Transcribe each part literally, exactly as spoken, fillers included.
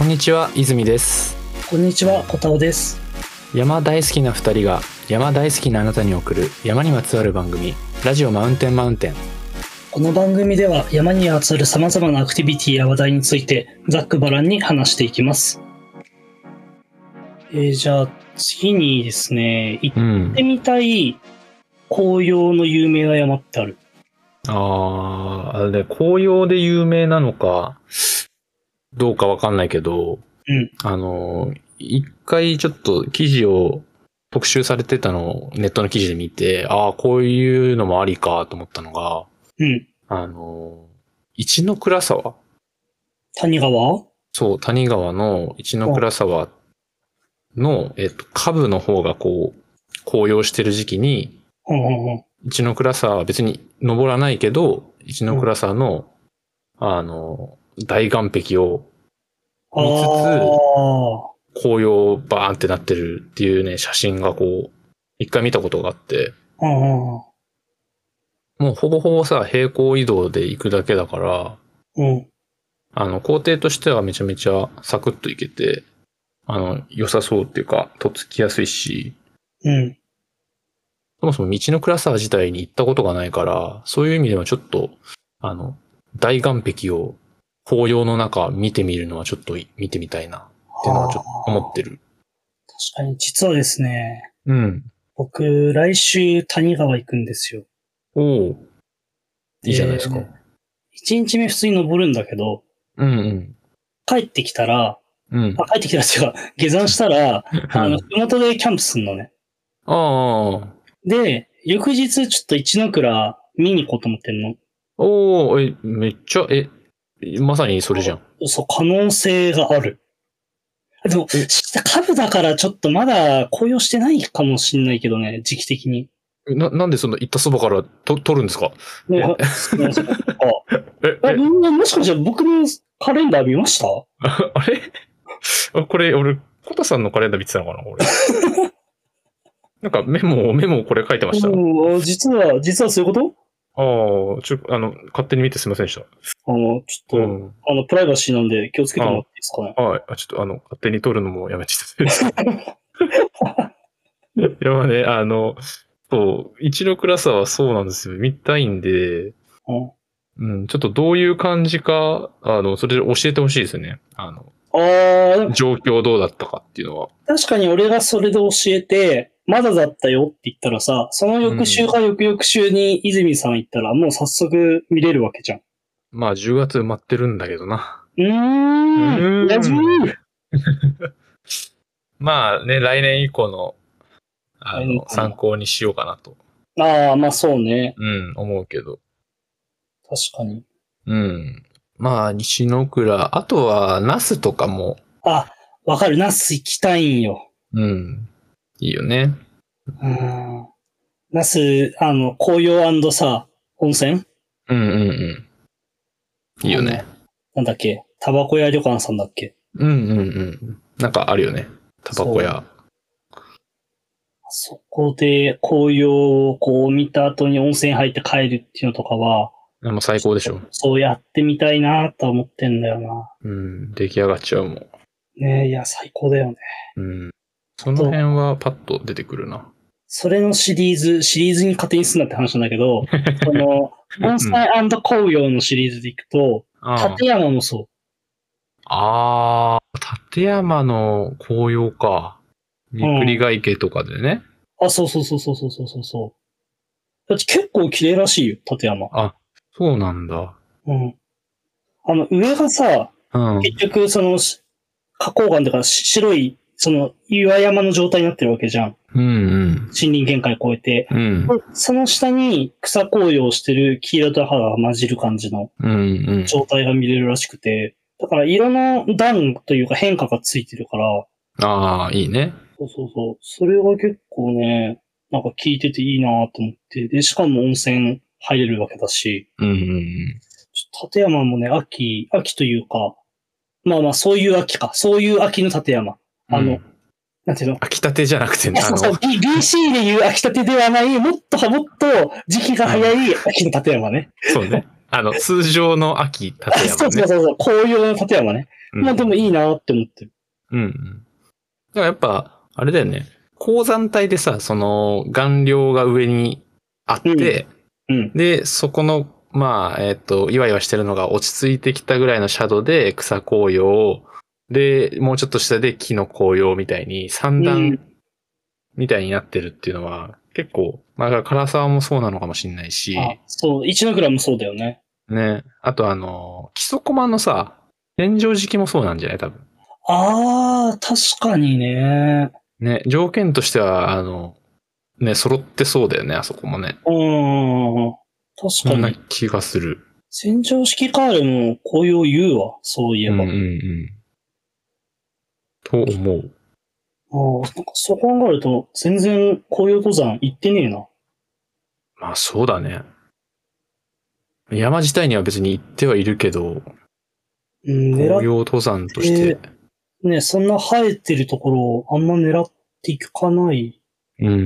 こんにちは、泉です。 こんにちは、小田尾です。 山大好きなふたりが山大好きなあなたに送る山にまつわる番組、ラジオマウンテンマウンテン。 この番組では山にまつわる様々なアクティビティや話題についてざっくばらんに話していきます。えー、じゃあ次にですね、行ってみたい紅葉の有名な山ってある？ うん、あー、あれ、紅葉で有名なのかどうかわかんないけど、 うん、 あの、一回ちょっと記事を特集されてたのをネットの記事で見て、ああ、こういうのもありかと思ったのが、 うん。 あの、一ノ倉沢？ 谷川？ そう、谷川の一ノ倉沢の、えっと、下部の方がこう、紅葉してる時期に、 うんうんうん、 一ノ倉沢は別に登らないけど、一ノ倉沢の、うん、あの、大岩壁を見つつ、紅葉バーンってなってるっていうね、写真がこう、一回見たことがあって、 うんうん、 もうほぼほぼさ、平行移動で行くだけだから、 うん、あの、工程としてはめちゃめちゃサクッと行けて、あの、良さそうっていうか、とっつきやすいし、 うん。 そもそも道の倉沢自体に行ったことがないから、そういう意味ではちょっと、あの、大岩壁を紅葉の中見てみるのはちょっと見てみたいなっていうのはちょっと思ってる。 確かに、実はですね、 うん。 僕、来週谷川行くんですよ。 おお、いいじゃないですか。 一日目普通に登るんだけど、 うんうん。 帰ってきたら、 うん、 あ、帰ってきたら違う、下山したら、あの、ふもとでキャンプすんのね。 ああ。 で、翌日ちょっと一ノ倉見に行こうと思ってんの。 おお、え、めっちゃ、え、まさにそれじゃん。 そう、可能性がある。でも、下部だからちょっとまだ紅葉してないかもしんないけどね、時期的に。 な、なんでその行ったそばからと撮るんですか？ ね、あ、え、え、もしかして僕のカレンダー見ました？ あれこれ、俺、コタさんのカレンダー見てたのかな俺。なんかメモ、メモこれ書いてました。 うん、実は、実はそういうこと？ ああ、ちょ、あの、勝手に見てすみませんでした。あの、ちょっと、うん、あの、プライバシーなんで気をつけてもらっていいですかね。 はい。あ、ちょっとあの、勝手に撮るのもやめていただいて。いや、まあね、あの、そう、一ノ倉沢はそうなんですよ。見たいんで、うん、うん、ちょっとどういう感じか、あの、それで教えてほしいですね。あの、あ状況どうだったかっていうのは。 確かに俺がそれで教えて、まだだったよって言ったらさ、その翌週か翌々週に泉さん行ったらもう早速見れるわけじゃん。 まあじゅうがつ埋まってるんだけどな。 うーん。ラジーまあね、来年以降の、あの、参考にしようかなと。 ああ、まあそうね。 うん、思うけど。 確かに。 うん。まあ、西の倉。あとは、那須とかも。 あ、わかる。那須行きたいんよ。 うん。いいよね。 うん。那須、あの、紅葉&さ、温泉？ うんうんうん。いいよね。 なんだっけ？タバコ屋旅館さんだっけ？ うんうんうん。なんかあるよね。タバコ屋。 そこで紅葉をこう見た後に温泉入って帰るっていうのとかは、 もう最高でしょ。 そうやってみたいなと思ってんだよな。 うん、出来上がっちゃうもん。 ねえ、いや、最高だよね。 うん。その辺はパッと出てくるな。 それのシリーズ、シリーズに勝手にすんなって話なんだけど、その、温泉&紅葉のシリーズでいくと、立山もそう。 ああ、立山の紅葉か。三栗ヶ池とかでね。 うん、あ、そうそうそうそうそうそうそう。だって結構綺麗らしいよ、立山。 あ、そうなんだ。 うん。あの、上がさ、うん、結局その、花崗岩とか白い、その岩山の状態になってるわけじゃん。 うんうん。 森林限界を超えて。うん、その下に草紅葉してる黄色と赤が混じる感じの状態が見れるらしくて。だから色の段というか変化がついてるから。 ああ、いいね。 そうそうそう。それが結構ね、なんか聞いてていいなと思って。で、しかも温泉入れるわけだし。 うんうんうん。 立山もね、秋、秋というか、まあまあそういう秋か。そういう秋の立山。あの、うん、なんていうの？ 秋立てじゃなくてね。 そうそう、ビーシー でいう秋立てではない、もっともっと時期が早い秋の立山ね。 そうね。 あの、通常の秋、立山ね。 そうそうそうそう、紅葉の立山ね。うん、まあでもいいなって思ってる。 うんうん。だからやっぱ、あれだよね。鉱山帯でさ、その、顔料が上にあって、うんうん、で、そこの、まあ、えっと、いわいわしてるのが落ち着いてきたぐらいのシャドウで草紅葉、で、もうちょっと下で木の紅葉みたいに三段みたいになってるっていうのは、結構、まあ、唐沢もそうなのかもしれないし。 あ、そう、一ノ倉もそうだよね。 ね。あとあの、基礎駒のさ、天井敷もそうなんじゃない多分。 ああ、確かにね。 ね、条件としては、あの、ね、揃ってそうだよね、あそこもね。 うん、確かに。 そんな気がする。 洗浄式カールも紅葉言うわ、そういえば。 うんうんうん。と思う。 ああ、なんかそう考えると、全然紅葉登山行ってねえな。 まあそうだね。山自体には別に行ってはいるけど、うん、紅葉登山として。 ね、そんな生えてるところをあんま狙っていかない。 うんうんうん。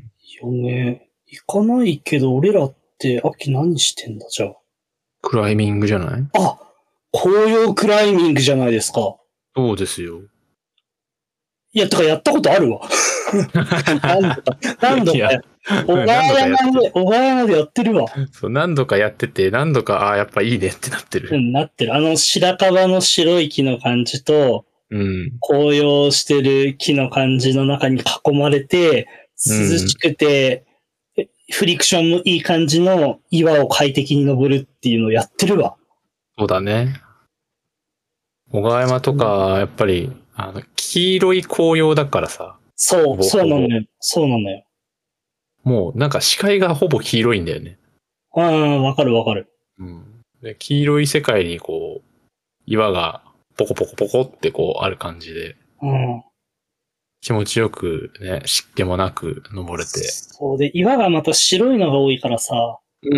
よね。行かないけど、俺らって秋何してんだ、じゃあ。 クライミングじゃない？ あ、紅葉クライミングじゃないですか。 そうですよ。 いや、とかやったことあるわ。何度か、何度かや、小川山で、小川山でやってるわ。 そう、何度かやってて、何度か、ああ、やっぱいいねってなってる。 うん、なってる。あの白樺の白い木の感じと、うん、紅葉してる木の感じの中に囲まれて、涼しくて、うん、フリクションもいい感じの岩を快適に登るっていうのをやってるわ。 そうだね。小川山とか、やっぱり、あの、黄色い紅葉だからさ。 そう、そうなのよ。そうなのよ。 もう、なんか視界がほぼ黄色いんだよね。 ああ、わかるわかる。 うん。で、黄色い世界にこう、岩がポコポコポコってこうある感じで。うん。気持ちよくね、湿気もなく登れて。 そうで、岩がまた白いのが多いからさ。うんうん。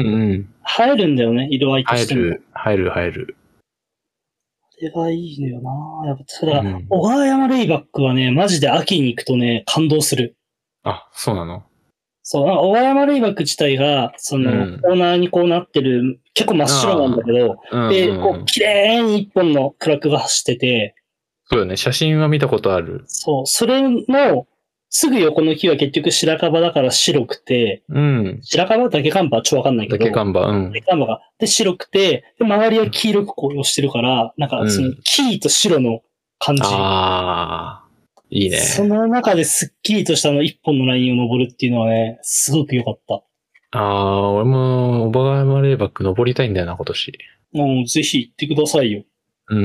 入るんだよね、色合いとしても。 入る、入る、入る。 あれがいいのよな。やっぱ、ただ、うん、小川山レイバックはね、マジで秋に行くとね、感動する。 あ、そうなの？ そう、小川山レイバック自体が、その、うん、コーナーにこうなってる、結構真っ白なんだけど、うん、で、こう、綺麗に一本のクラックが走ってて。 そうよね、写真は見たことある。 そう、それの、すぐ横の木は結局白樺だから白くて、うん。白樺だけカンパはちょっとわかんないけど。 だけカンパ、うん。 だけカンパが。で、白くて、で、周りは黄色く紅葉してるから、なんか、その、黄と白の感じ。うん、ああ。いいね。 その中ですっきりとしたあの一本のラインを登るっていうのはね、すごく良かった。 ああ、俺も、小川山レイバック登りたいんだよな、今年。 もう、ぜひ行ってくださいよ。 うん。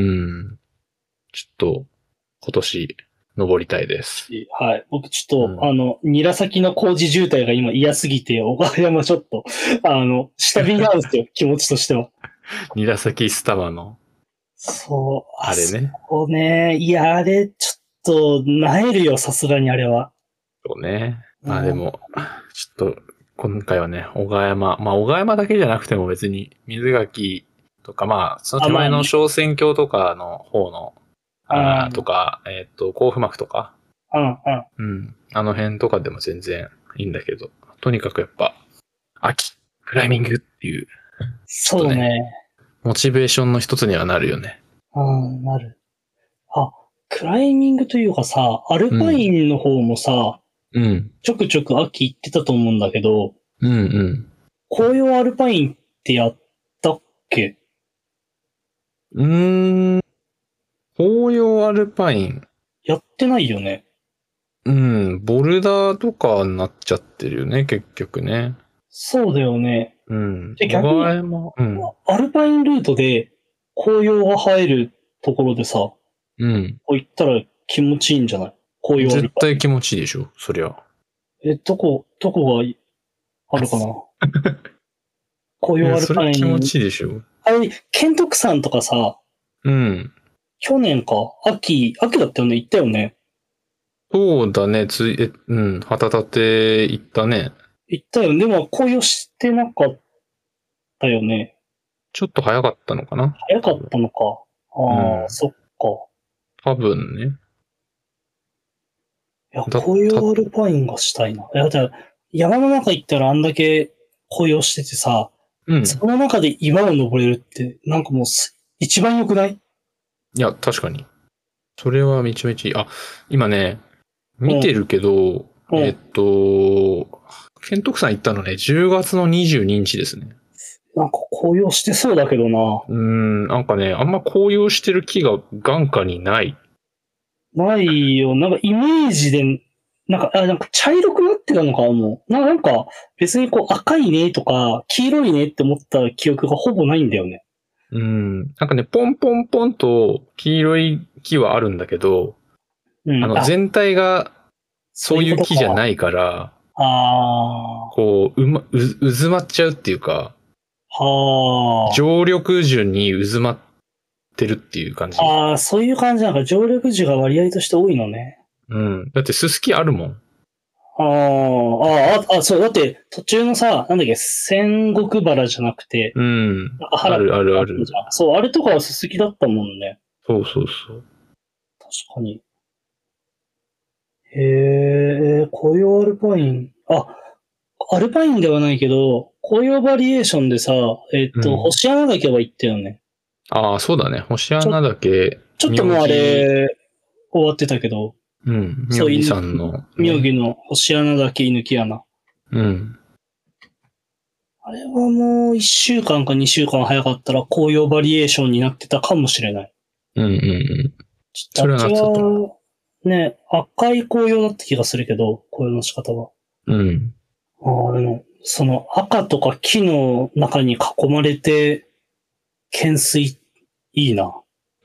ちょっと、今年、登りたいです。 はい。僕ちょっと、うん、あの、韮崎の工事渋滞が今嫌すぎて、小川山ちょっと、あの、下火なんですよ、気持ちとしては。 韮崎スタバの。 そう。 あれね。 そうね。いや、あれ、ちょっと、萎えるよ、さすがにあれは。 そうね。まあでも、ちょっと、今回はね、小川山。まあ小川山だけじゃなくても別に、水垣とか、まあ、その手前の小仙峡とかの方の、ああとか、えっと、甲府幕とか。うんうん。うん。あの辺とかでも全然いいんだけど、とにかくやっぱ、秋、クライミングっていう、ね。 そうね。 モチベーションの一つにはなるよね。 うん、なる。あ、クライミングというかさ、アルパインの方もさ、うん。ちょくちょく秋行ってたと思うんだけど、うんうん。紅葉アルパインってやったっけ？ うーん。紅葉アルパイン。 やってないよね。 うん。ボルダーとかになっちゃってるよね、結局ね。 そうだよね。 うん。 で、逆に、うん、アルパインルートで紅葉が生えるところでさ、うん。こう行ったら気持ちいいんじゃない？紅葉アルパイン。 絶対気持ちいいでしょ、そりゃ。 え、どこ、どこがあるかな紅葉アルパイン。 それ気持ちいいでしょ。 あれ、剣徳山とかさ、うん。去年か、秋、秋だったよね、行ったよね。 そうだね、つい、え、うん、旗立て行ったね。 行ったよね。でも、紅葉してなかったよね。 ちょっと早かったのかな？ 早かったのか。ああ、うん、そっか。 多分ね。 いや、紅葉アルパインがしたいな。いや、だ山の中行ったらあんだけ紅葉しててさ、 うん。 その中で岩を登れるって、なんかもう一番良くない？ いや、確かに。それはめちゃめちゃいい。あ、今ね、見てるけど、うん、えっと、剣徳山行ったのね、じゅうがつのにじゅうににちですね。 なんか紅葉してそうだけどな。 うーん、なんかね、あんま紅葉してる木が眼下にない。 ないよ。なんかイメージで、なんか、あ、なんか茶色くなってたのかもう。なんか別にこう赤いねとか黄色いねって思った記憶がほぼないんだよね。 うん。なんかね、ポンポンポンと黄色い木はあるんだけど、うん、あの全体がそういう木じゃないから、 ああ。 こう、うま、う、渦まっちゃうっていうか、 はあ。 常緑樹に渦まってるっていう感じ。 ああ、そういう感じなんか、常緑樹が割合として多いのね。 うん。だってススキあるもん。 ああ、ああ、そう、だって途中のさ、なんだっけ、仙石原じゃなくて、 うん。あるあるある。 そう、あれとかはススキだったもんね。 そうそうそう。 確かに。へえ、紅葉アルパイン。あ、アルパインではないけど、紅葉バリエーションでさ、えっと、うん、星穴岳は行ったよね。 ああ、そうだね。星穴岳。 ちょっともうあれ、終わってたけど。 うん。妙義さんの、ね。 妙義の星穴岳居抜き穴。 うん。 あれはもういっしゅうかんかにしゅうかん早かったら紅葉バリエーションになってたかもしれない。 うんうんうん。 ちょっとあっちは、ね、赤い紅葉だった気がするけど、紅葉の仕方は。 うん。 ああ、でも、その赤とか木の中に囲まれて、懸垂、いいな。 うん。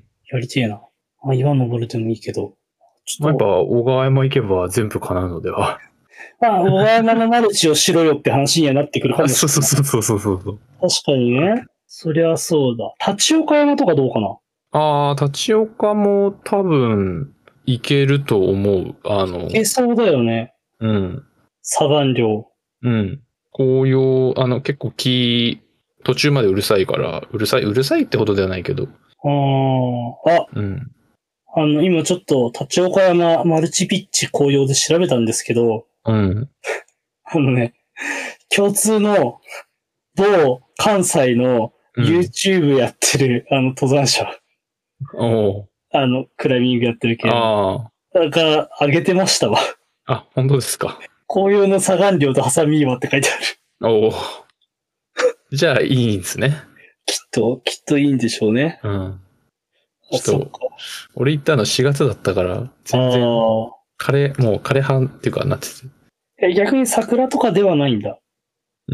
やりてえな。あ、岩登るでもいいけど。 ちょっと。やっぱ、小川山行けば全部叶うのでは。 まあ、小川山のマルチをしろよって話にはなってくるかもしれない。 そうそうそうそうそうそう。 確かにね。そりゃそうだ。立岡山とかどうかな？ ああ、立岡も多分、行けると思う。あの。 行けそうだよね。 うん。 左岸寮。 うん。紅葉、あの、結構木、途中までうるさいから、うるさい、うるさいってほどではないけど。 ああ、あ、 うん。 あの、今ちょっと、立岡山マルチピッチ紅葉で調べたんですけど、 うん。 あのね、共通の某関西の YouTube やってる、うん、あの登山者。 おあの、クライミングやってる系の。ああ。が、上げてましたわ。 あ、本当ですか。 紅葉の左岸寮とハサミ岩って書いてある。 おお。じゃあ、いいんですね。 きっと、きっといいんでしょうね。 うん。ちょっと、俺行ったのしがつだったから、全然、枯れ、もう枯れ葉っていうかなってて。え、逆に桜とかではないんだ。 うん。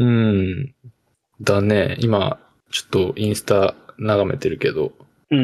だね。今、ちょっとインスタ眺めてるけど。 うん。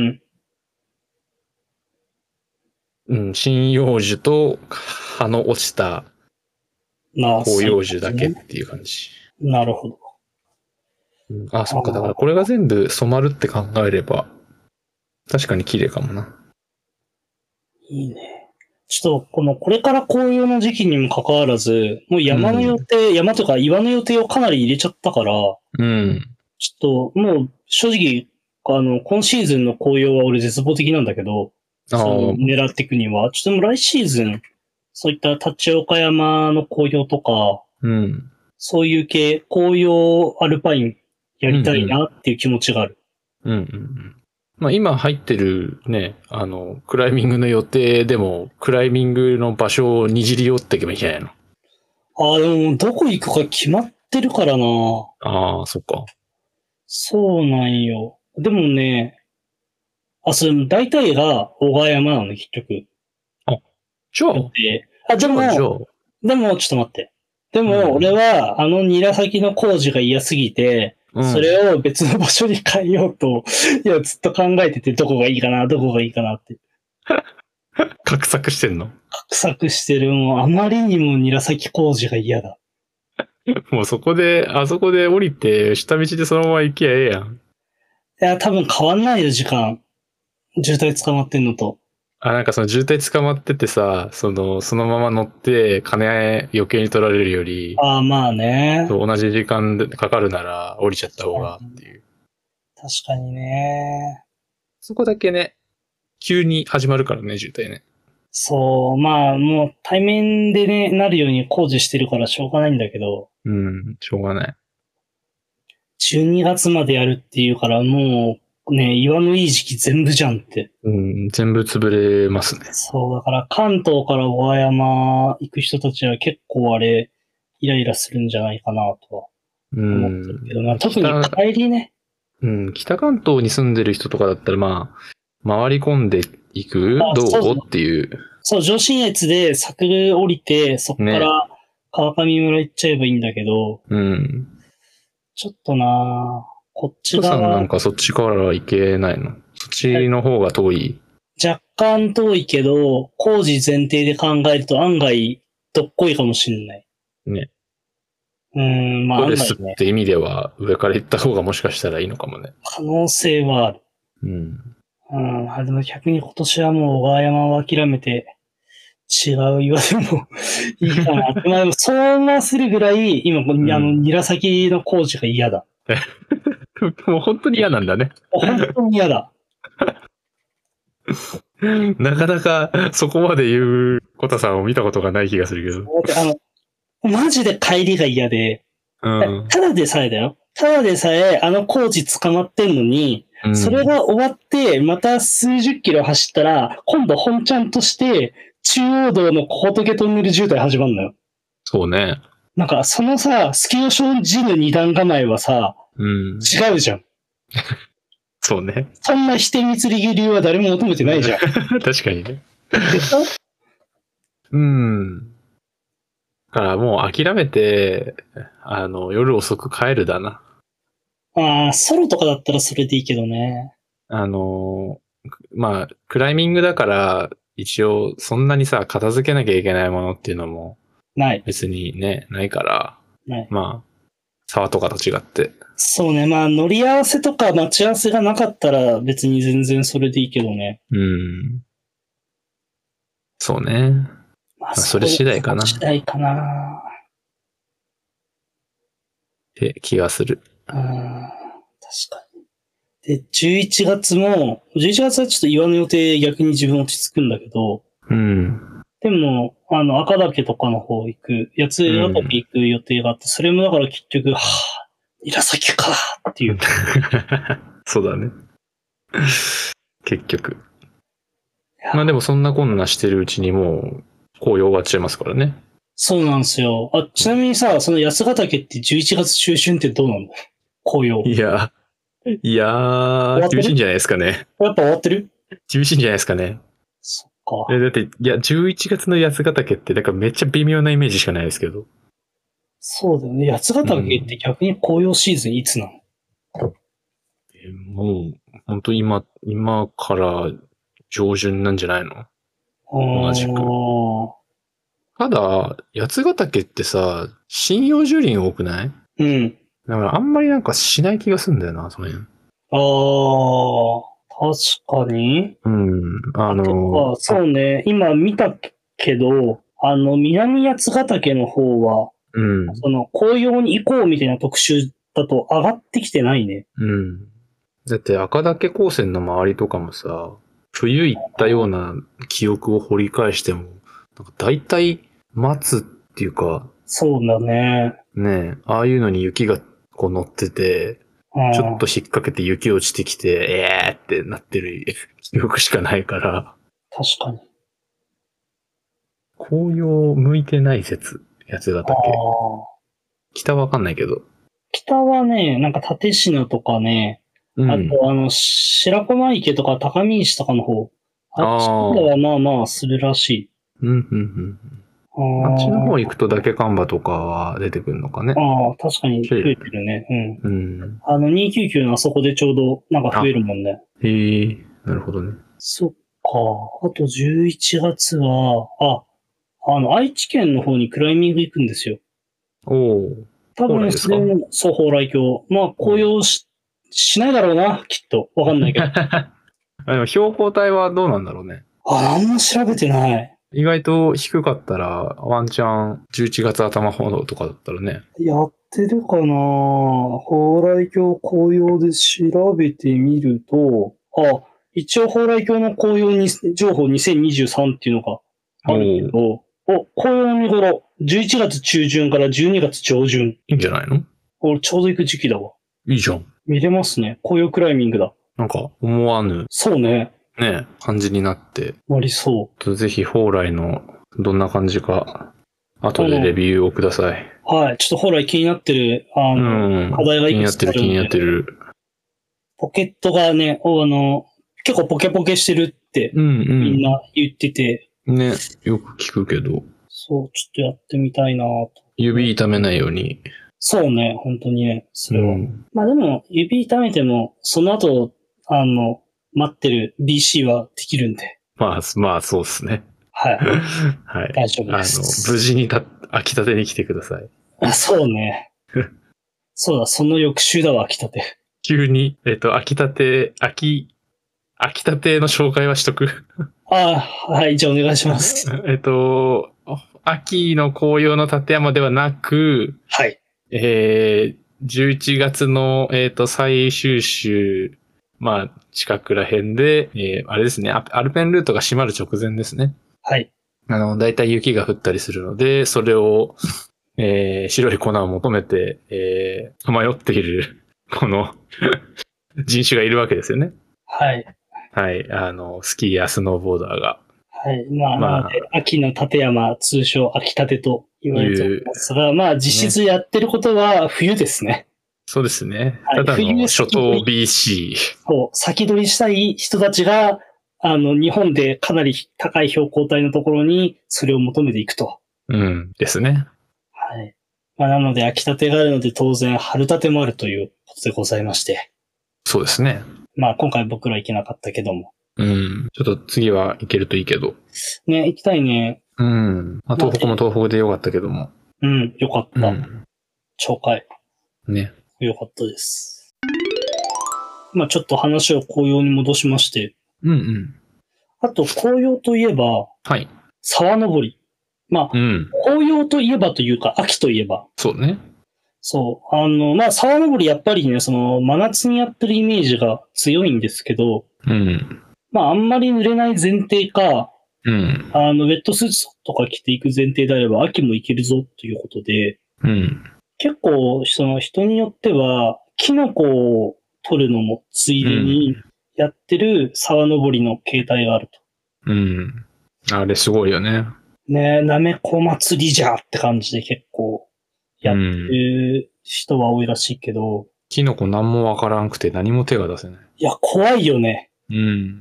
うん、針葉樹と葉の落ちた広葉樹だけっていう感じ。 なるほど。 うん、あ、そっか。だからこれが全部染まるって考えれば、確かに綺麗かもな。 いいね。ちょっと、この、これから紅葉の時期にもかかわらず、もう山の予定、うん、山とか岩の予定をかなり入れちゃったから、 うん。 ちょっと、もう、正直、あの、今シーズンの紅葉は俺絶望的なんだけど、その狙っていくには、ちょっと来シーズン、そういった立岡山の紅葉とか、 うん、 そういう系、紅葉アルパインやりたいなっていう気持ちがある。 うんうん。うんうんうんまあ今入ってるね、あの、クライミングの予定でも、クライミングの場所をにじり寄っていけばいいんじゃないの？ ああ、でも、どこ行くか決まってるからな。 ああ、そっか。 そうなんよ。でもね、あ、それ、大体が小川山なの、結局。 あ、じゃあ。 あ、でも、でも、ちょっと待って。でも、俺は、あの韮崎の工事が嫌すぎて、うん、それを別の場所に変えようと、いや、ずっと考えてて、どこがいいかな、どこがいいかなって。 画策してんの？ 画策してる。もう、あまりにも韮崎工事が嫌だ。 もうそこで、あそこで降りて、下道でそのまま行きゃええやん。 いや、多分変わんないよ、時間。渋滞捕まってんのと。 あ、なんかその渋滞捕まっててさ、その、そのまま乗って、金余計に取られるより。 ああ、まあね。 そう、同じ時間でかかるなら降りちゃった方がっていう。 確かにね。 そこだけね、急に始まるからね、渋滞ね。 そう、まあ、もう対面でね、なるように工事してるからしょうがないんだけど。 うん、しょうがない。 じゅうにがつまでやるっていうから、もうね、岩のいい時期全部じゃんって。 うん、全部潰れますね。 そう、だから関東から小川山行く人たちは結構あれ、イライラするんじゃないかなとは思ってるけどな。特に帰りね。 うん、北関東に住んでる人とかだったら、まあ、回り込んでいくどうっていう。 そう、上信越で佐久降りて、そっから川上村行っちゃえばいいんだけど、 ね、うん。 ちょっとなこっち側。 さんなんかそっちから行けないの？そっちの方が遠い？ 若干遠いけど、工事前提で考えると案外どっこいかもしれない。 ね。 うーん、まあ、 ドレスって意味では上から行った方がもしかしたらいいのかもね。 可能性はある。 うん。 うん、あでも逆に今年はもう小川山を諦めて、違う岩でもいいかな。まあでもそう思わせるぐらい、今、うん、あの、韮崎の工事が嫌だ。 もう本当に嫌なんだね。 本当に嫌だ。 なかなかそこまで言うコタさんを見たことがない気がするけど。 あの、マジで帰りが嫌で、うん、ただでさえだよ。ただでさえあの工事捕まってんのに、うん、それが終わって、また数十キロ走ったら、今度本ちゃんとして、中央道の小仏トンネル渋滞始まるのよ。 そうね。 なんか、そのさ、スキーを生じぬ二段構えはさ、うん、違うじゃん。 そうね。 そんな否定密理由は誰も求めてないじゃん。 確かにね。うん。だからもう諦めて、あの、夜遅く帰るだな。 ああ、ソロとかだったらそれでいいけどね。 あの、まあ、クライミングだから、一応、そんなにさ、片付けなきゃいけないものっていうのも、 ない。 別にね、ないから、 ない。 まあ、沢とかと違って。 そうね、まあ、乗り合わせとか待ち合わせがなかったら、別に全然それでいいけどね。 うん。そうね。まあ、それ次第かな。 それ次第かな。 って気がする。 うん、確かに。で、じゅういちがつも、じゅういちがつはちょっと岩の予定逆に自分落ち着くんだけど、 うん。 でも、あの、赤岳とかの方行く、八ヶ岳行く予定があって、うん、それもだから結局、はぁ、韮崎かっていう。 そうだね。結局。まあでもそんなこんなしてるうちにもう紅葉終わっちゃいますからね。 そうなんですよ。あ、ちなみにさ、その八ヶ岳ってじゅういちがつ中旬ってどうなの？紅葉。 いや、いやー、厳しいんじゃないですかね。 やっぱ終わってる？ 厳しいんじゃないですかね。 そっか。 え、だって、いや、じゅういちがつの八ヶ岳って、だからめっちゃ微妙なイメージしかないですけど。 そうだよね。八ヶ岳って逆に紅葉シーズンいつなの？ うん、え、もう、本当今、今から上旬なんじゃないの？同じく。ただ、八ヶ岳ってさ、針葉樹林多くない？ うん。 だからあんまりなんかしない気がするんだよな、その辺。 ああ、確かに。 うん。あのー、そうね。今見たけど、あの、南八ヶ岳の方は、うん。その、紅葉に行こうみたいな特集だと上がってきてないね。 うん。だって赤岳高専の周りとかもさ、冬行ったような記憶を掘り返しても、なんか大体待つっていうか、 そうだね。 ねえ、ああいうのに雪がこう乗ってて、ちょっと引っ掛けて雪落ちてきて、えーってなってる記憶しかないから。 確かに。 紅葉向いてない説、八ヶ岳。北はわかんないけど。 北はね、なんか立科とかね、うん、あとあの、白駒池とか高見石とかの方、あっちではまあまあするらしい。 うん、うん、うん。あっちの方行くと岳カンバとかは出てくるのかね。 ああ、確かに増えてるね。うん。うん、あの、にひゃくきゅうじゅうきゅうのあそこでちょうどなんか増えるもんね。 へえ、なるほどね。 そっか。あとじゅういちがつは、あ、あの、愛知県の方にクライミング行くんですよ。 おお。 多分それも、そう、蓬莱峡。まあ、紅葉し、しないだろうな、きっと。わかんないけど。 でも標高帯はどうなんだろうね。 あ、何も調べてない。 意外と低かったら、ワンチャンじゅういちがつ頭ほどとかだったらね。 やってるかな？蓬莱峡紅葉で調べてみると、あ、一応蓬莱峡の紅葉に情報にせんにじゅうさんっていうのがあるけど、お、紅葉の見頃、じゅういちがつ中旬からじゅうにがつ上旬。 いいんじゃないの？ 俺ちょうど行く時期だわ。 いいじゃん。 見れますね。紅葉クライミングだ。 なんか、思わぬ。 そうね。 ね、感じになって。 ありそう。 ぜひ、蓬莱のどんな感じか、後でレビューをください。 はい。ちょっと蓬莱気になってる、あの、うん、課題がいくつかあるんで。 気になってる、気になってる。 ポケットがね、あの、結構ポケポケしてるって、みんな言ってて、 うんうん。ね、よく聞くけど。 そう、ちょっとやってみたいなと。 指痛めないように。 そうね、本当にね、それは。うん、まあでも、指痛めても、その後、あの、待ってる ビーシー はできるんで。 まあ、まあ、そうですね。 はい。 はい。 大丈夫です。 あの、無事にた、秋田てに来てください。 あ、そうね。そうだ、その翌週だわ、秋田て。 急に、えっと、秋田て、秋、秋田ての紹介はしとく。 ああ、はい、じゃあお願いします。 えっと、秋の紅葉の立山ではなく、 はい。 えー、じゅういちがつの、えっと、最終週、まあ、近くら辺で、えー、あれですね、アルペンルートが閉まる直前ですね。 はい。 あの、だいたい雪が降ったりするので、それを、えー、白い粉を求めて、えー、迷っている、この人種がいるわけですよね。 はい。 はい。あの、スキーやスノーボーダーが。 はい。まあ、まあ、なので、秋の立山、通称秋立と言われていますが、まあ、実質やってることは冬ですね。 そうですね。はい、ただの初冬 ビーシー。 そう、先取りしたい人たちが、あの、日本でかなり高い標高帯のところにそれを求めていくと。 うん、ですね。 はい。まあ、なので、秋立があるので当然、春立もあるということでございまして。 そうですね。 まあ、今回僕ら行けなかったけども。 うん。ちょっと次は行けるといいけど。 ね、行きたいね。 うん。まあ、東北も東北でよかったけども。 うん、よかった。うん、紹介。 ね。 よかったです。まあちょっと話を紅葉に戻しまして。 うんうん。 あと紅葉といえば、 はい。 沢登り。まあ、うん、紅葉といえばというか、秋といえば。 そうね。 そう。あの、まあ沢登りやっぱりね、その真夏にやってるイメージが強いんですけど、 うん。 まああんまり濡れない前提か、 うん。 あの、ウェットスーツとか着ていく前提であれば、秋も行けるぞということで、 うん。 結構、その人によっては、キノコを取るのもついでにやってる沢登りの形態があると。 うん。あれすごいよね。 ねえ、なめこ祭りじゃって感じで結構やってる人は多いらしいけど。うん、 キノコ何もわからんくて何も手が出せない。 いや、怖いよね。 うん。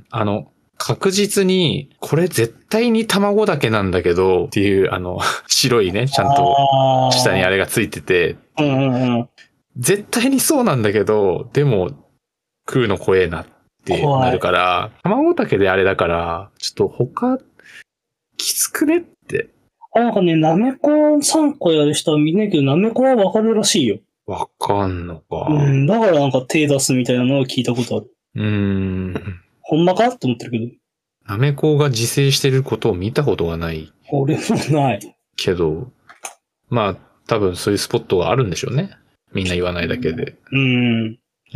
あの、確実に、これ絶対に卵だけなんだけど、っていう、あの、白いね、ちゃんと下にあれがついてて、 うんうんうん、 絶対にそうなんだけど、でも、食うの怖えなってなるから、卵だけであれだから、ちょっと他、きつくねって。 あ、なんかね、なめこさんこやる人はみんなけど、なめこはわかるらしいよ。 わかんのか。 うん、だからなんか手出すみたいなのを聞いたことある。 うーん。 ほんまかって思ってるけど。 なめこが自生してることを見たことがない。 俺もない。 けど、まあ、多分そういうスポットがあるんでしょうね。みんな言わないだけで。 うん。うん。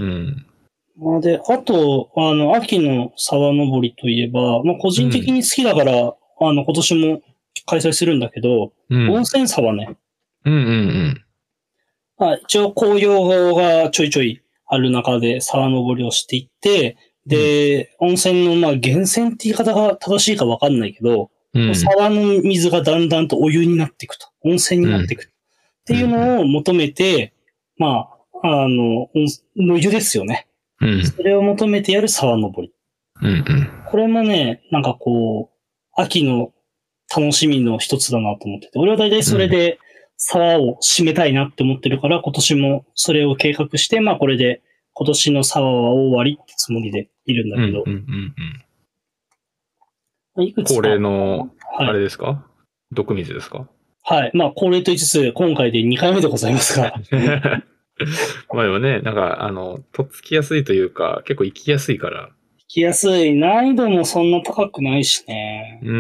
まあで、あと、あの、秋の沢登りといえば、まあ個人的に好きだから、うん、あの、今年も開催するんだけど、うん、温泉沢ね。 うんうんうん。 まあ一応紅葉がちょいちょいある中で沢登りをしていって、で、うん、温泉の、まあ、源泉って言い方が正しいかわかんないけど、うん、沢の水がだんだんとお湯になっていくと。温泉になっていく。うん、っていうのを求めて、まあ、あの、の湯ですよね。うん、それを求めてやる沢登り。うんうん、これもね、なんかこう、秋の楽しみの一つだなと思ってて、俺は大体それで沢を締めたいなって思ってるから、今年もそれを計画して、まあこれで、今年の沢は終わりってつもりでいるんだけど。うんうんうんうん、いくつか恒例の、あれですか、はい、毒水ですか？ はい。まあ、恒例と言いつつ、今回でにかいめでございますが。 まあでもね、なんか、あの、とっつきやすいというか、結構行きやすいから。行きやすい。難易度もそんな高くないしね。うん。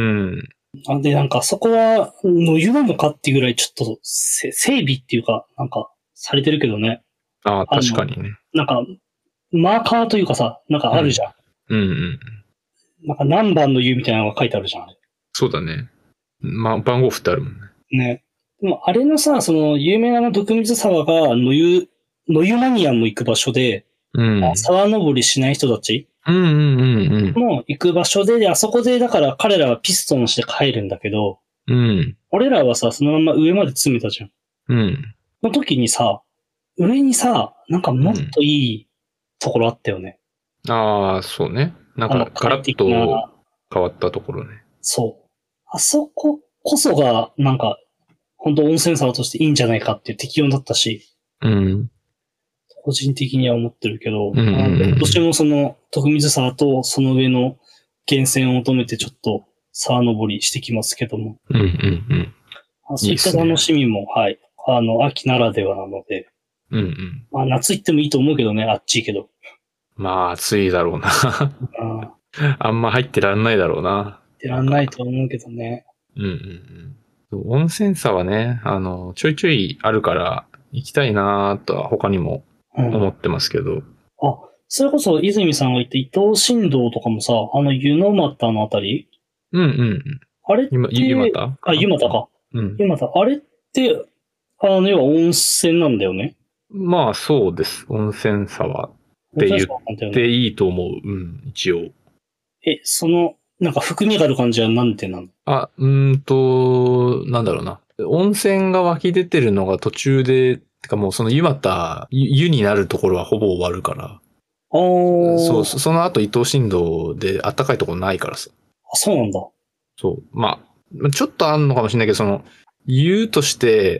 なんで、なんか、そこは、野湯なのかっていうぐらい、ちょっと、整備っていうか、なんか、されてるけどね。 ああ、確かにね。 なんか、マーカーというかさ、なんかあるじゃん。うん、うん、うん。なんか何番の湯みたいなのが書いてあるじゃん、あれ。 そうだね。まあ、番号振ってあるもんね。 ね。でも、あれのさ、その、有名な毒水沢が野湯野湯マニアも行く場所で、 うん。 沢登りしない人たちうんうんうんうん。 も行く場所で、あそこでだから彼らはピストンして帰るんだけど、 うん。 俺らはさ、そのまま上まで詰めたじゃん。 うん。 の時にさ、上にさ、なんかもっといいところあったよね。 うん、ああ、そうね。なんか、ガラッと変わったところね。 そう。あそここそが、なんか、本当温泉沢としていいんじゃないかっていう適温だったし。 うん。 個人的には思ってるけど、 うんうんうん、 今年もその、徳水沢とその上の源泉を求めてちょっと沢登りしてきますけども。 うんうんうんあそういった楽しみも、いいね、はい。あの、秋ならではなので。 うんうん。 まあ、夏行ってもいいと思うけどね、あっちいけど。 まあ、暑いだろうな。あ, あんま入ってらんないだろうな。入ってらんないと思うけどね。 うんうんうん。温泉差はね、あの、ちょいちょいあるから行きたいなとは他にも思ってますけど。うん、 あ、それこそ泉さんが言った伊東新道とかもさ、あの湯の俣のあたりうんうんうん。 あれって、 湯俣あ、湯俣か。 うん。 湯俣。あれって、あの、要は温泉なんだよね。 まあそうです。温泉沢って言っていいと思う。うん、一応。 え、その、なんか含みがある感じはなんてなの？ あ、うーんと、なんだろうな。温泉が湧き出てるのが途中で、てかもうその湯俣、湯になるところはほぼ終わるから。あそう、その後伊東新道で暖かいところないからさ。 あ、そうなんだ。 そう。まあ、ちょっとあんのかもしれないけど、その、湯として、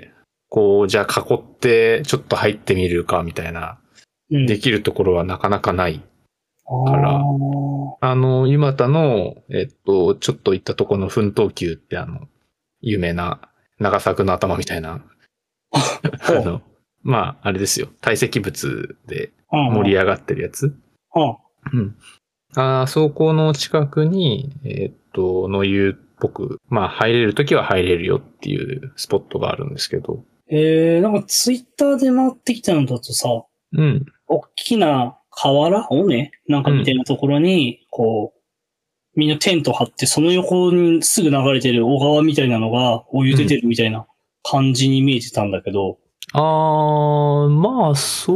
こう、じゃあ囲ってちょっと入ってみるかみたいな、うん、できるところはなかなかないから、あ, あの、湯俣の、えっと、ちょっと行ったところの奮闘球ってあの、有名な長作の頭みたいな、あの、まあ、あれですよ。堆積物で盛り上がってるやつ。うん。あそこの近くに、えー、っと、野湯っぽく、まあ入れるときは入れるよっていうスポットがあるんですけど。 えー、なんかツイッターで回ってきたのだとさ、 うん。 大きな河原尾根なんかみたいなところに、うん、こう、みんなテント張って、その横にすぐ流れてる小川みたいなのがお湯出てるみたいな感じに見えてたんだけど。 うん、あー、まあ、そう。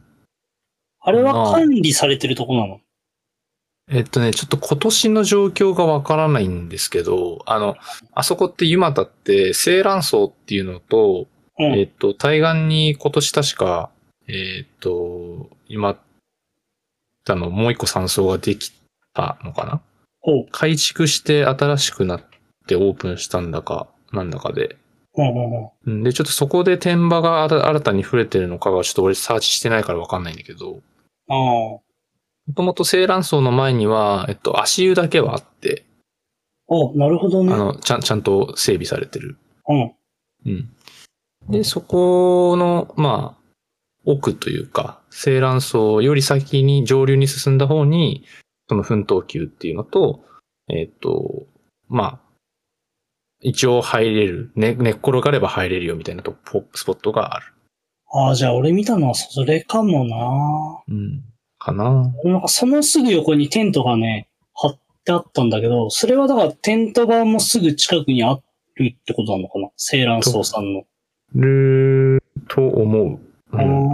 あれは管理されてるとこなの？ えっとね、ちょっと今年の状況がわからないんですけど、あの、あそこって湯俣って青蘭層っていうのと、うん、えっと、対岸に今年確か、えっと、湯俣のもう一個山荘ができたのかな？改築して新しくなってオープンしたんだか、なんだかで。うん、で、ちょっとそこで天場が新たに触れてるのかがちょっと俺サーチしてないからわかんないんだけど。ああ。もともと青蘭荘の前には、えっと、足湯だけはあって。 あ、なるほどね。 あの、ちゃん、ちゃんと整備されてる。うん。うん。で、そこの、まあ、奥というか、青蘭荘より先に上流に進んだ方に、その奮闘球っていうのと、えっと、まあ、一応入れる、ね、寝っ転がれば入れるよみたいなとスポットがある。 ああ、じゃあ俺見たのはそれかもな。 うん。かな。 なんかそのすぐ横にテントがね、張ってあったんだけど、それはだからテント側もすぐ近くにあるってことなのかな？青蘭荘さんの。 ると思う。うん、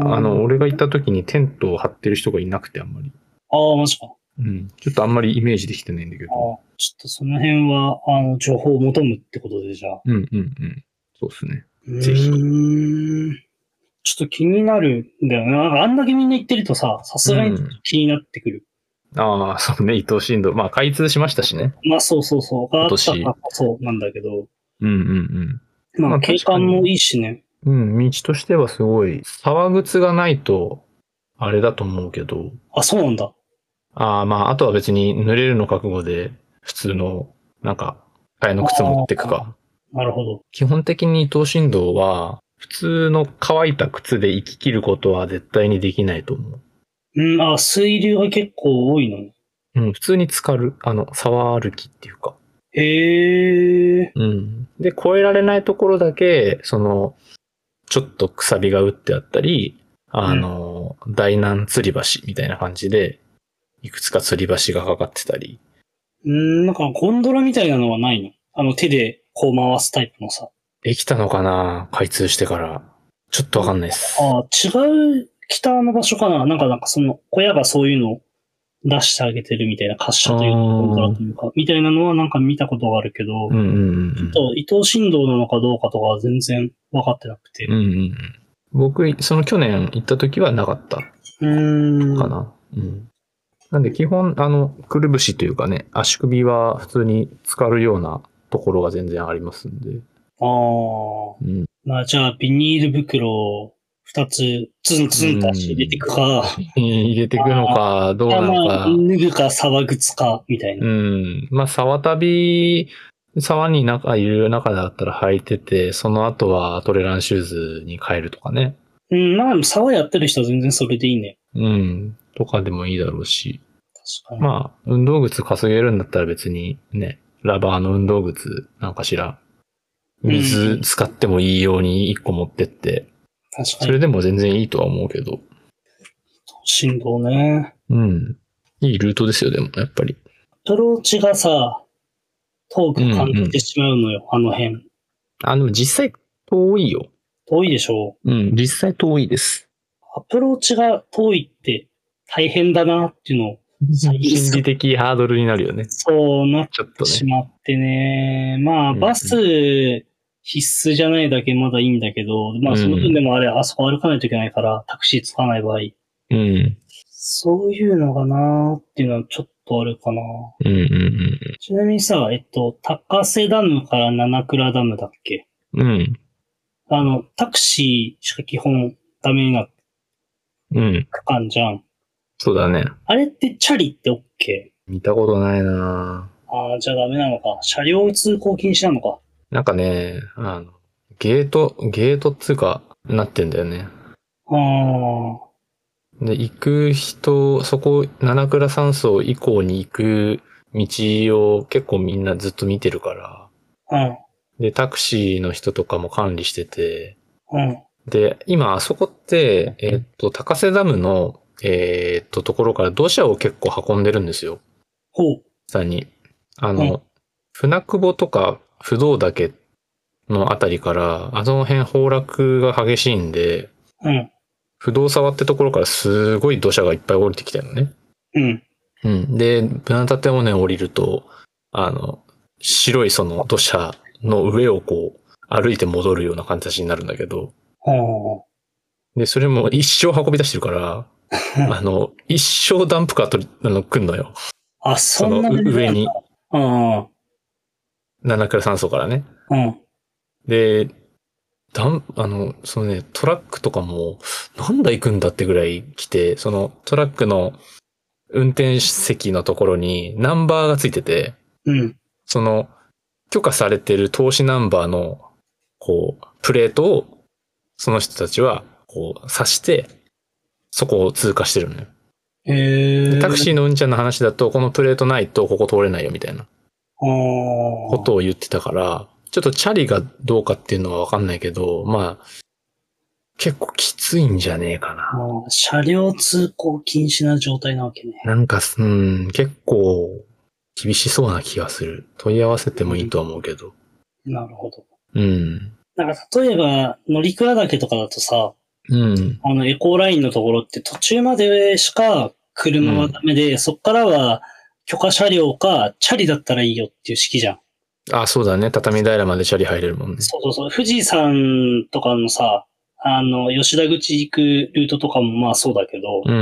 あの、俺が行った時にテントを張ってる人がいなくてあんまり。 ああ、マジか。 うん。ちょっとあんまりイメージできてないんだけど。ああ、ちょっとその辺は、あの、情報を求むってことで、じゃあ。 うんうんうん。そうですね。ぜひ。 うん。ちょっと気になるんだよな。あんだけみんな言ってるとさ、さすがに気になってくる。 うん、ああ、そうね。伊東新道。まあ、開通しましたしね。 まあ、そうそうそう。今年。あったからそうなんだけど。 うんうんうん。まあ、景観もいいしね。 うん、道としてはすごい、沢靴がないと、あれだと思うけど。 あ、そうなんだ。 ああ、まあ、あとは別に濡れるの覚悟で、普通の、なんか、替えの靴持ってくか。 なるほど。 基本的に伊東新道は、普通の乾いた靴で行き切ることは絶対にできないと思う。 うん、あ、水流が結構多いの？ うん、普通に浸かる。あの、沢歩きっていうか。 へえ。 うん。で、越えられないところだけ、その、ちょっとくさびが打ってあったり、あの、うん、大南吊り橋みたいな感じで、いくつか吊り橋がかかってたり。 うん、なんかゴンドラみたいなのはないの？あの手でこう回すタイプのさ。 できたのかな？開通してから。 ちょっとわかんないです。 ああ、違う北の場所かな。なんか、なんかその、小屋がそういうのを出してあげてるみたいな、滑車というか、コントラというか、みたいなのはなんか見たことがあるけど、 うんうんうん、 ちょっと伊東振動なのかどうかとかは全然分かってなくて。 うんうん、僕、その去年行った時はなかったかな。うん。なんで基本、あの、くるぶしというかね、足首は普通に浸かるようなところが全然ありますんで。 ああ。うん。まあじゃあ、ビニール袋を二つ、ツンツンと足入れていくか。 入れていくのか、どうなのか。まあ、 脱ぐか沢靴か、みたいな。 うん。まあ、沢旅、沢に中、いる中だったら履いてて、その後はトレランシューズに変えるとかね。 うん、まあ、沢やってる人は全然それでいいね。 うん。とかでもいいだろうし。 確かに。 まあ、運動靴稼げるんだったら別にね、ラバーの運動靴なんかしら、水使ってもいいように一個持ってって、確かに。それでも全然いいとは思うけど。 振動ね。 うん。いいルートですよ、でも、やっぱり。 アプローチがさ、遠く感じてしまうのよ、うんうん、あの辺。 あ、でも実際遠いよ。 遠いでしょう。うん、実際遠いです。 アプローチが遠いって大変だなっていうのを、 心理的ハードルになるよね。 そうなってしまってね。まあ、バス必須じゃないだけまだいいんだけど、まあその分でもあれ、あそこ歩かないといけないから、タクシー使わない場合。うん。そういうのがなーっていうのはちょっとあるかな。うんうんうん。ちなみにさ、えっと、高瀬ダムから七倉ダムだっけ？うん。あの、タクシーしか基本ダメな区間じゃん。うん。そうだね。あれってチャリって OK？ 見たことないなぁ。ああ、じゃあダメなのか。車両通行禁止なのか。 なんかね、あの、ゲート、ゲートっつうか、なってんだよね。ああ。で、行く人、そこ、七倉山荘以降に行く道を結構みんなずっと見てるから。うん。で、タクシーの人とかも管理してて。うん。で、今、あそこって、えー、っと、高瀬ダムの、えー、っと、ところから土砂を結構運んでるんですよ。ほう。さに。あの、うん、船久保とか不動岳のあたりから、あの辺崩落が激しいんで、うん。不動沢ってところからすごい土砂がいっぱい降りてきたのね。うん。うん。で、船建物に降りると、あの、白いその土砂の上をこう、歩いて戻るような形になるんだけど、で、それも一生運び出してるから、あの、一生ダンプカーと、あの、来んのよ。あ、そんなその上に。うん。七倉山荘からね。うん。で、ダン、あの、そのね、トラックとかも、なんだ行くんだってぐらい来て、そのトラックの運転席のところにナンバーがついてて、うん。その、許可されてる投資ナンバーの、こう、プレートを、その人たちは、こう、刺して、そこを通過してるのよ。へー。タクシーのうんちゃんの話だと、このプレートないとここ通れないよみたいなことを言ってたから、ちょっとチャリがどうかっていうのはわかんないけど、まあ、結構きついんじゃねえかな。車両通行禁止な状態なわけね。なんか、うん、結構厳しそうな気がする。問い合わせてもいいとは思うけど。うん、なるほど。うん。なんか例えば、乗鞍岳とかだとさ、うん。あの、エコーラインのところって途中までしか車はダメで、うん、そっからは許可車両か、チャリだったらいいよっていう式じゃん。あ、そうだね。畳平までチャリ入れるもんね。そうそうそう。富士山とかのさ、あの、吉田口行くルートとかもまあそうだけど、うんうん。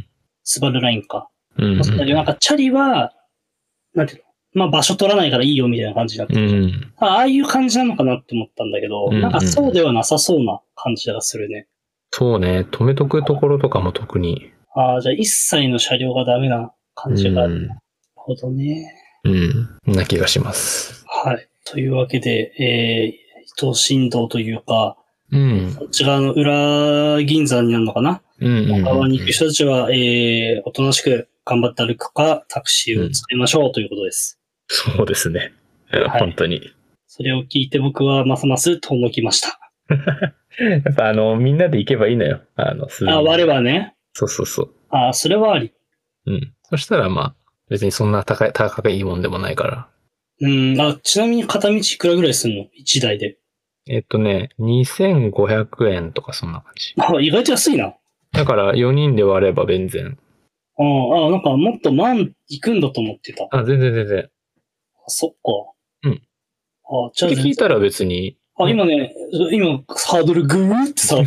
スバルラインか。うんうん。そうだけど、なんかチャリは、なんていうの、まあ場所取らないからいいよみたいな感じになってるじゃん。うん、ああいう感じなのかなって思ったんだけど、うんうん、なんかそうではなさそうな感じがするね。そうね。止めとくところとかも特に。ああ、じゃあ一切の車両がダメな感じがある。うん、なるほどね。うん。な気がします。はい。というわけで、えー、伊東新道というか、うん。こっち側の裏銀座になるのかな、うんうんうんうん。側に行く人たちは、えー、おとなしく頑張って歩くか、タクシーを使いましょうということです。うん、そうですね。はい、本当に。それを聞いて僕はますます遠のきました。やっぱあの、みんなで行けばいいのよ。あの、すあ、我はね。そうそうそう。あ、それはあり。うん。そしたらまあ、別にそんな高い、高いもんでもないから。うん、あ、ちなみに片道いくらぐらいすんの？ いち 台で。 えっとね、にせんごひゃくえんとかそんな感じ。 あ、意外と安いな。 だからよにんで割れば全然。 ああ、なんかもっと万いくんだと思ってた。 あ、全然全然。 あ、そっか。 うん。 あ、じゃあ。 って聞いたら別に。 あ、ね、今ね、今、ハードルグーってさ。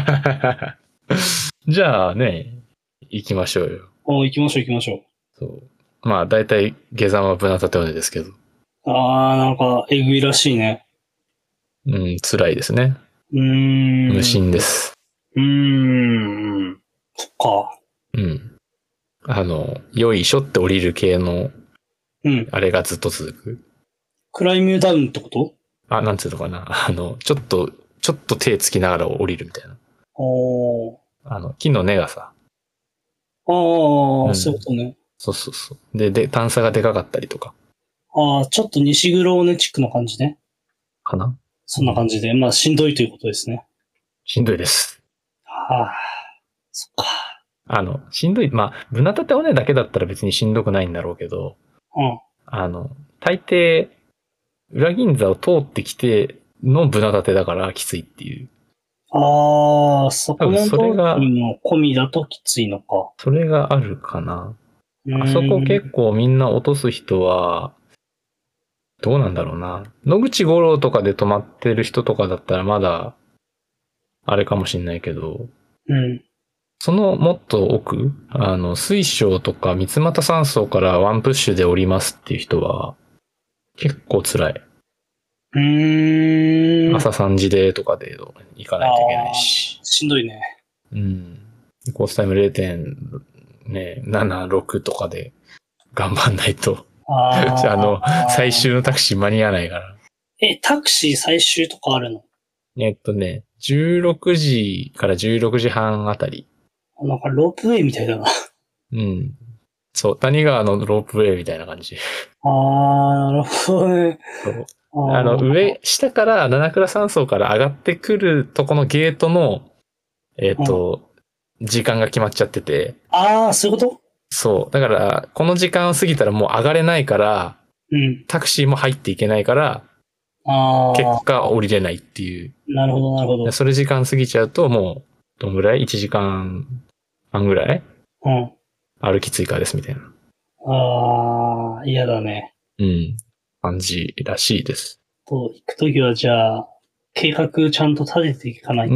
じゃあね、行きましょうよ。 あ、行きましょう行きましょう。 そう。まあ、だいたい下山は船立て船ですけど。 ああ、なんか、えぐいらしいね。 うん、辛いですね。 うーん。 無心です。 うーん。そっか。 うん。あの、よいしょって降りる系の、うん。あれがずっと続く。 クライムダウンってこと？ あ、なんつうのかな。あの、ちょっと、ちょっと手つきながら降りるみたいな。 おー。 あの、木の根がさ。 ああ、うん、そういうことね。 そうそうそう。で、で、段差がでかかったりとか。 ああ、ちょっと西黒根地区の感じね。 かな？ そんな感じで。まあ、しんどいということですね。 しんどいです。 はあ、そっか。 あの、しんどい。まあ、船立て尾根だけだったら別にしんどくないんだろうけど。 うん。 あの、大抵、裏銀座を通ってきての船立てだからきついっていう。 ああ、そこの通りの込みだときついのか。 それがあるかな。あそこ結構みんな落とす人は、どうなんだろうな。野口五郎とかで泊まってる人とかだったらまだ、あれかもしんないけど、 うん。 そのもっと奥、あの、水晶とか三俣山荘からワンプッシュで降りますっていう人は、結構辛い。 うーん。 朝さんじでとかで行かないといけないし。 しんどいね。 うん。コースタイム れいてんななろく とかで頑張んないと。あ, あの、最終のタクシー間に合わないから。 え、タクシー最終とかあるの？ えっとね、じゅうろくじからじゅうろくじはんあたり。 なんかロープウェイみたいだな。 うん。そう、谷川のロープウェイみたいな感じ。 あー、なるほどね。 そう。あの、上、下から七倉山荘から上がってくるとこのゲートの、えっと、うん、時間が決まっちゃってて。 あー、そういうこと？ そう。だから、この時間を過ぎたらもう上がれないから、 うん、 タクシーも入っていけないから、 あ結果降りれないっていう。 なるほど、なるほど。 それ時間過ぎちゃうと、もう、どんぐらい ?いち 時間半ぐらいうん。 歩き追加ですみたいな。 ああ、嫌だね。 うん。感じらしいです。 と、行くときはじゃあ、計画ちゃんと立てていかないと。 うん。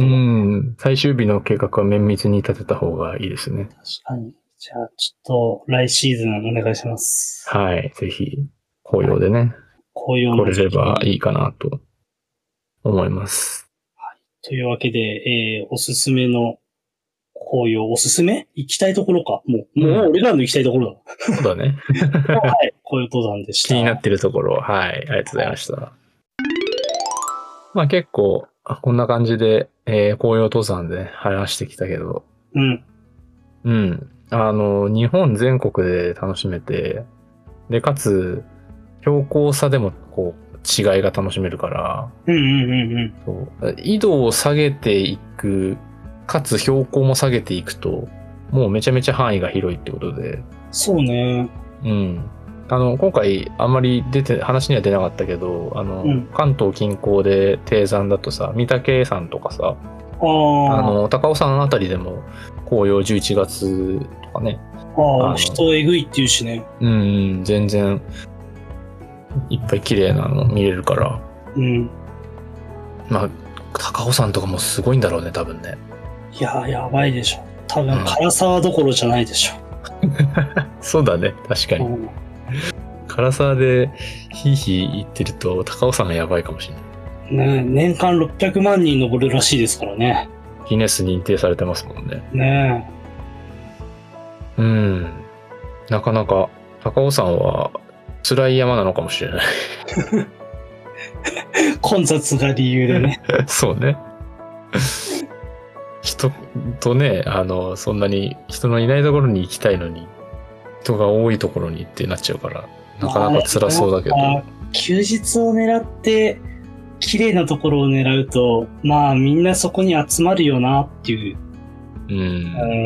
最終日の計画は綿密に立てた方がいいですね。 確かに。じゃあ、ちょっと、来シーズンお願いします。 はい。ぜひ、紅葉でね。はい、紅葉来れればいいかなと思います。 はい。というわけで、えー、おすすめの紅葉、おすすめ？行きたいところか。もう、もう俺らの行きたいところだ。そうだね。 はい。紅葉登山でした。 気になってるところ。はい。ありがとうございました。はい、まあ結構、こんな感じで、えー、紅葉登山で話してきたけど。 うん。 うん。あの、日本全国で楽しめて、で、かつ、標高差でも、こう、違いが楽しめるから。 うんうんうんうん。 そう。緯度を下げていく、かつ標高も下げていくと、もうめちゃめちゃ範囲が広いってことで。 そうね。 うん。あの、今回あんまり出て、話には出なかったけど、あの、うん、関東近郊で低山だとさ、御嶽山とかさ、あの、高尾山あたりでも紅葉じゅういちがつとかね。 ああ、人えぐいっていうしね。 うん、全然、いっぱい綺麗なの見れるから。 うん。 まあ、高尾山とかもすごいんだろうね、多分ね。 いや、やばいでしょ。多分、唐沢どころじゃないでしょ。 うん、そうだね、確かに。うん、唐沢でヒーヒー言ってると高尾山がやばいかもしれない。 ねえ、年間ろっぴゃくまんにん登るらしいですからね。 ギネス認定されてますもんね。 ねえ。うん。なかなか高尾山は辛い山なのかもしれない。 混雑が理由でね。 そうね。人とね、あの、そんなに人のいないところに行きたいのに、人が多いところにってなっちゃうから、なかなか辛そうだけど。 休日を狙って、綺麗なところを狙うと、まあみんなそこに集まるよなっていう。 うん。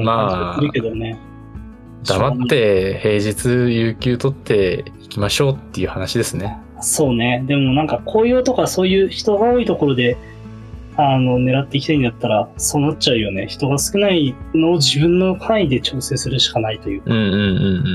まあ、 けどね、 黙って平日有給取っていきましょうっていう話ですね。 そうね。でもなんか紅葉とかそういう人が多いところであの、狙っていきたいんだったら、そうなっちゃうよね。人が少ないのを自分の範囲で調整するしかないという。 うんうんうんうん。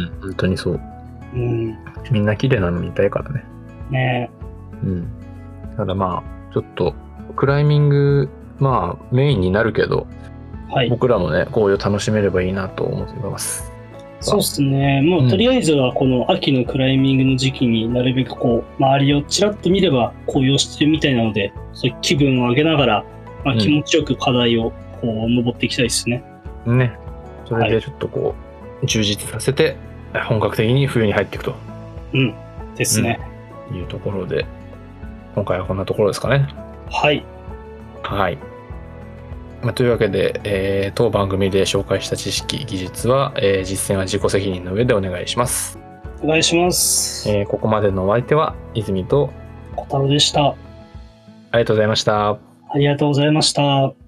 本当にそう。 うん。 みんな綺麗なの見たいからね。 ねえ。うん。ただまあ、ちょっと、クライミング、まあ、メインになるけど、はい、僕らもね、紅葉を楽しめればいいなと思っています。 そうですね。もう、うん、とりあえずはこの秋のクライミングの時期になるべくこう、周りをちらっと見れば紅葉してるみたいなので、そういう気分を上げながら、まあ、気持ちよく課題をこう登っていきたいですね。 うん、ね。それでちょっとこう、はい、充実させて、本格的に冬に入っていくと。 うん。ですね。 うん、いうところで、今回はこんなところですかね。 はい。 はい。まあ、というわけで、えー、当番組で紹介した知識、技術は、えー、実践は自己責任の上でお願いします。 お願いします。 えー、ここまでのお相手は、泉と小太郎でした。 ありがとうございました。 ありがとうございました。